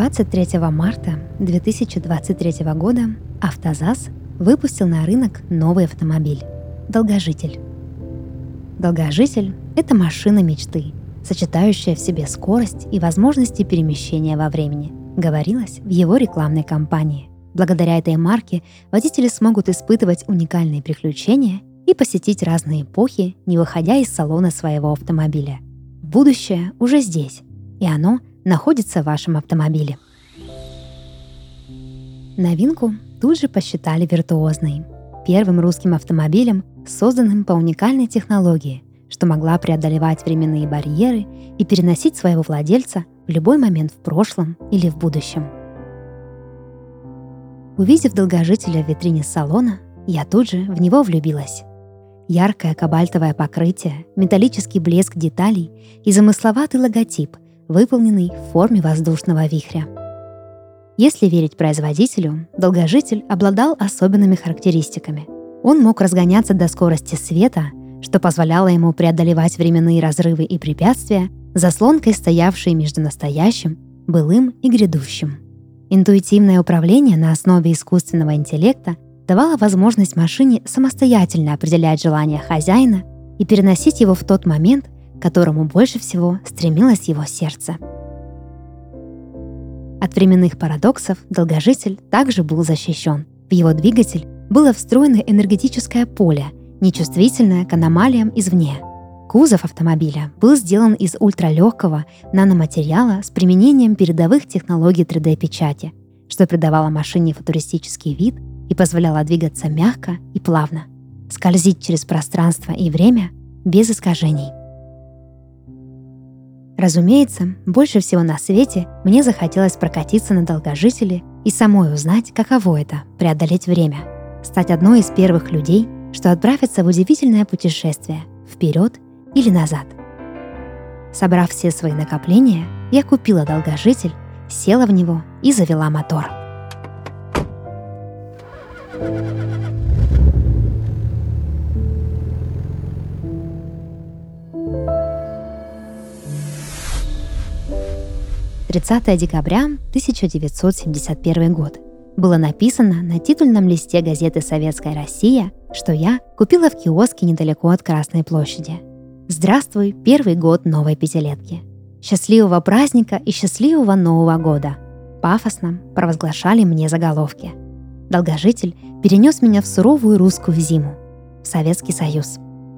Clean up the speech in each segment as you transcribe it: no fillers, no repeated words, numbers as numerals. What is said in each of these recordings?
23 марта 2023 года «АвтоЗАЗ» выпустил на рынок новый автомобиль – «Долгожитель». «Долгожитель» — это машина мечты, сочетающая в себе скорость и возможности перемещения во времени, говорилось в его рекламной кампании. Благодаря этой марке водители смогут испытывать уникальные приключения и посетить разные эпохи, не выходя из салона своего автомобиля. Будущее уже здесь, и оно находится в вашем автомобиле. Новинку тут же посчитали виртуозной. Первым русским автомобилем, созданным по уникальной технологии, что могла преодолевать временные барьеры и переносить своего владельца в любой момент в прошлом или в будущем. Увидев долгожителя в витрине салона, я тут же в него влюбилась. Яркое кобальтовое покрытие, металлический блеск деталей и замысловатый логотип, выполненный в форме воздушного вихря. Если верить производителю, долгожитель обладал особенными характеристиками. Он мог разгоняться до скорости света, что позволяло ему преодолевать временные разрывы и препятствия, заслонкой стоявшие между настоящим, былым и грядущим. Интуитивное управление на основе искусственного интеллекта давало возможность машине самостоятельно определять желания хозяина и переносить его в тот момент, к которому больше всего стремилось его сердце. От временных парадоксов долгожитель также был защищен. В его двигатель было встроено энергетическое поле, нечувствительное к аномалиям извне. Кузов автомобиля был сделан из ультралегкого наноматериала с применением передовых технологий 3D-печати, что придавало машине футуристический вид и позволяло двигаться мягко и плавно, скользить через пространство и время без искажений. Разумеется, больше всего на свете мне захотелось прокатиться на долгожителе и самой узнать, каково это — преодолеть время, стать одной из первых людей, что отправится в удивительное путешествие вперед или назад. Собрав все свои накопления, я купила долгожитель, села в него и завела мотор. «30 декабря 1971 год» было написано на титульном листе газеты «Советская Россия», что я купила в киоске недалеко от Красной площади. «Здравствуй, первый год новой пятилетки! Счастливого праздника и счастливого Нового года!» Пафосно провозглашали мне заголовки. Долгожитель перенес меня в суровую русскую зиму, в Советский Союз.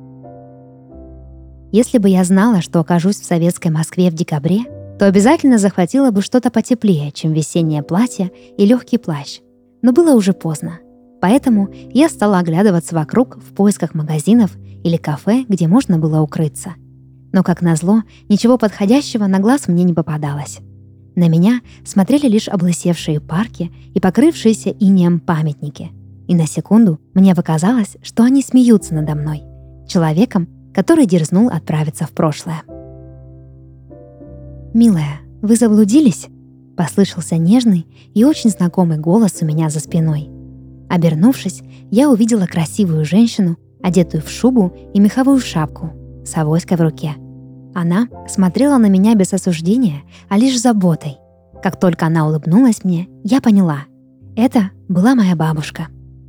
Если бы я знала, что окажусь в советской Москве в декабре, то обязательно захватила бы что-то потеплее, чем весеннее платье и легкий плащ. Но было уже поздно. Поэтому я стала оглядываться вокруг в поисках магазинов или кафе, где можно было укрыться. Но, как назло, ничего подходящего на глаз мне не попадалось. На меня смотрели лишь облысевшие парки и покрывшиеся инеем памятники. И на секунду мне показалось, что они смеются надо мной, человеком, который дерзнул отправиться в прошлое. «Милая, вы заблудились?» — послышался нежный и очень знакомый голос у меня за спиной. Обернувшись, я увидела красивую женщину, одетую в шубу и меховую шапку, с авоськой в руке. Она смотрела на меня без осуждения, а лишь с заботой. Как только она улыбнулась мне, я поняла — это была моя бабушка.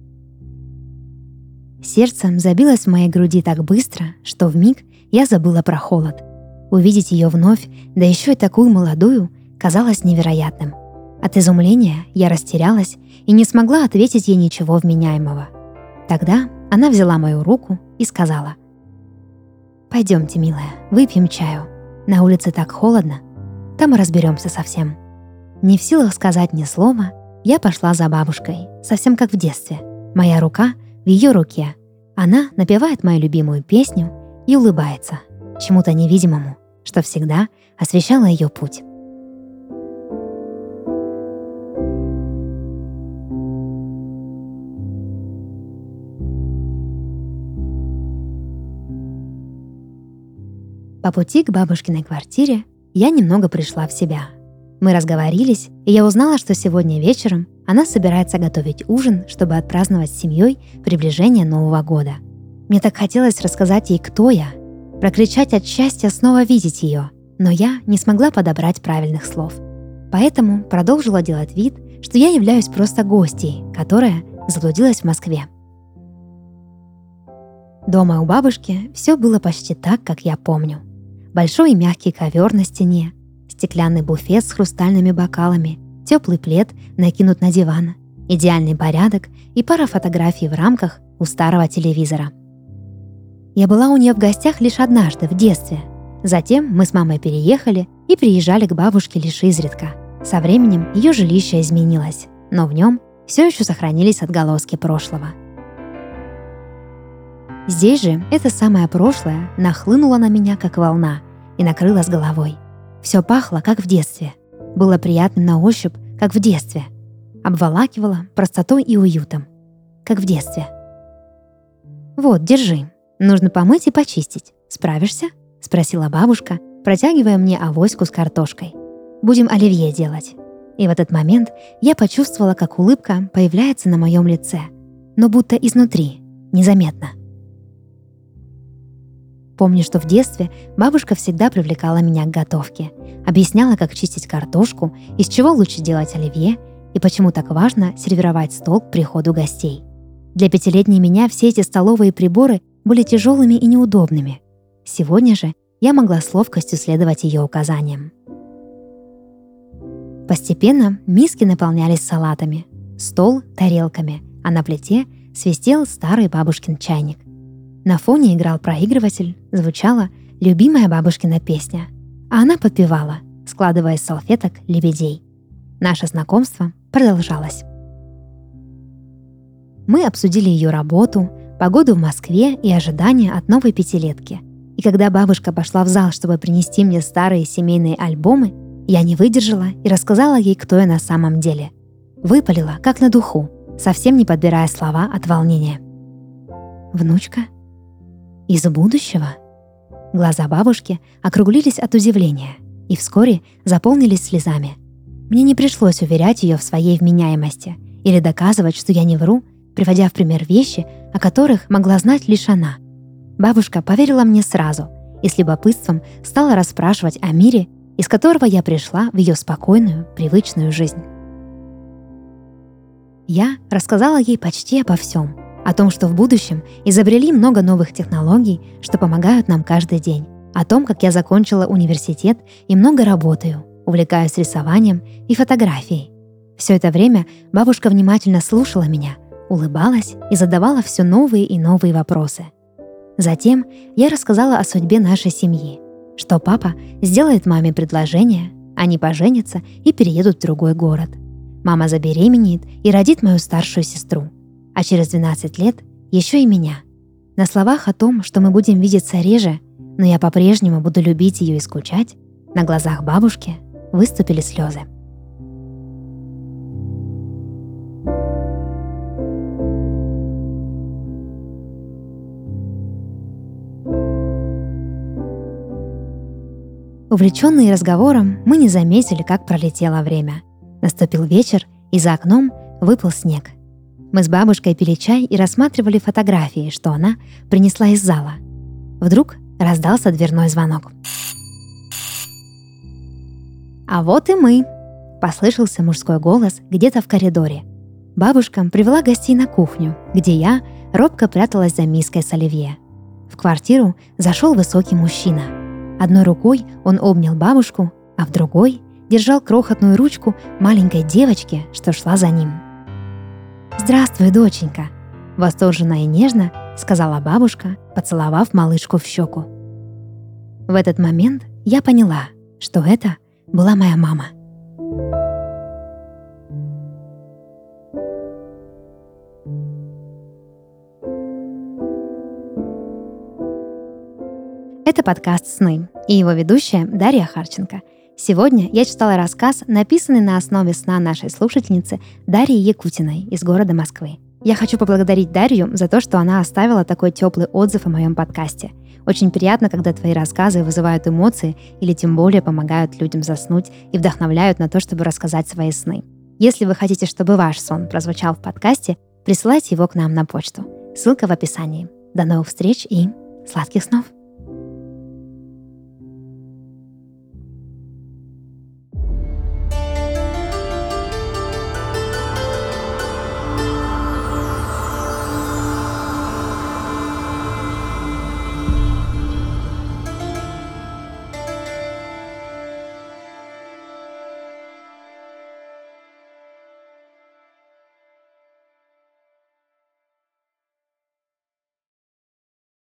Сердце забилось в моей груди так быстро, что вмиг я забыла про холод. Увидеть ее вновь, да еще и такую молодую, казалось невероятным. От изумления я растерялась и не смогла ответить ей ничего вменяемого. Тогда она взяла мою руку и сказала: «Пойдемте, милая, выпьем чаю. На улице так холодно. Там и разберемся совсем». Не в силах сказать ни слова, я пошла за бабушкой, совсем как в детстве. Моя рука в ее руке. Она напевает мою любимую песню и улыбается чему-то невидимому, что всегда освещало ее путь. По пути к бабушкиной квартире я немного пришла в себя. Мы разговорились, и я узнала, что сегодня вечером она собирается готовить ужин, чтобы отпраздновать с семьей приближение Нового года. Мне так хотелось рассказать ей, кто я, прокричать от счастья снова видеть ее, но я не смогла подобрать правильных слов. Поэтому продолжила делать вид, что я являюсь просто гостьей, которая заблудилась в Москве. Дома у бабушки все было почти так, как я помню. Большой и мягкий ковер на стене, стеклянный буфет с хрустальными бокалами, теплый плед накинут на диван, идеальный порядок и пара фотографий в рамках у старого телевизора. Я была у нее в гостях лишь однажды, в детстве. Затем мы с мамой переехали и приезжали к бабушке лишь изредка. Со временем ее жилище изменилось, но в нем все еще сохранились отголоски прошлого. Здесь же это самое прошлое нахлынуло на меня, как волна, и накрыло с головой. Все пахло, как в детстве. Было приятным на ощупь, как в детстве. Обволакивало простотой и уютом, как в детстве. «Вот, держи. Нужно помыть и почистить. Справишься?» — спросила бабушка, протягивая мне авоську с картошкой. «Будем оливье делать». И в этот момент я почувствовала, как улыбка появляется на моем лице, но будто изнутри, незаметно. Помню, что в детстве бабушка всегда привлекала меня к готовке, объясняла, как чистить картошку, из чего лучше делать оливье и почему так важно сервировать стол к приходу гостей. Для 5-летней меня все эти столовые приборы были тяжелыми и неудобными. Сегодня же я могла с ловкостью следовать ее указаниям. Постепенно миски наполнялись салатами, стол — тарелками, а на плите свистел старый бабушкин чайник. На фоне играл проигрыватель, звучала любимая бабушкина песня, а она подпевала, складывая из салфеток лебедей. Наше знакомство продолжалось. Мы обсудили ее работу, погоду в Москве и ожидания от новой 5-летки. И когда бабушка пошла в зал, чтобы принести мне старые семейные альбомы, я не выдержала и рассказала ей, кто я на самом деле. Выпалила, как на духу, совсем не подбирая слова от волнения. «Внучка? Из будущего?» Глаза бабушки округлились от удивления и вскоре заполнились слезами. Мне не пришлось уверять ее в своей вменяемости или доказывать, что я не вру, приводя в пример вещи, о которых могла знать лишь она. Бабушка поверила мне сразу и с любопытством стала расспрашивать о мире, из которого я пришла в ее спокойную, привычную жизнь. Я рассказала ей почти обо всем, о том, что в будущем изобрели много новых технологий, что помогают нам каждый день, о том, как я закончила университет и много работаю, увлекаюсь рисованием и фотографией. Все это время бабушка внимательно слушала меня, улыбалась и задавала все новые и новые вопросы. Затем я рассказала о судьбе нашей семьи, что папа сделает маме предложение, они поженятся и переедут в другой город. Мама забеременеет и родит мою старшую сестру, а через 12 лет еще и меня. На словах о том, что мы будем видеться реже, но я по-прежнему буду любить ее и скучать, на глазах бабушки выступили слезы. Увлеченные разговором, мы не заметили, как пролетело время. Наступил вечер, и за окном выпал снег. Мы с бабушкой пили чай и рассматривали фотографии, что она принесла из зала. Вдруг раздался дверной звонок. «А вот и мы!» — послышался мужской голос где-то в коридоре. Бабушка привела гостей на кухню, где я робко пряталась за миской с оливье. В квартиру зашел высокий мужчина. Одной рукой он обнял бабушку, а в другой держал крохотную ручку маленькой девочки, что шла за ним. «Здравствуй, доченька!» — восторженно и нежно сказала бабушка, поцеловав малышку в щеку. В этот момент я поняла, что это была моя мама. Это подкаст «Сны» и его ведущая Дарья Харченко. Сегодня я читала рассказ, написанный на основе сна нашей слушательницы Дарьи Якутиной из города Москвы. Я хочу поблагодарить Дарью за то, что она оставила такой теплый отзыв о моем подкасте. Очень приятно, когда твои рассказы вызывают эмоции или тем более помогают людям заснуть и вдохновляют на то, чтобы рассказать свои сны. Если вы хотите, чтобы ваш сон прозвучал в подкасте, присылайте его к нам на почту. Ссылка в описании. До новых встреч и сладких снов!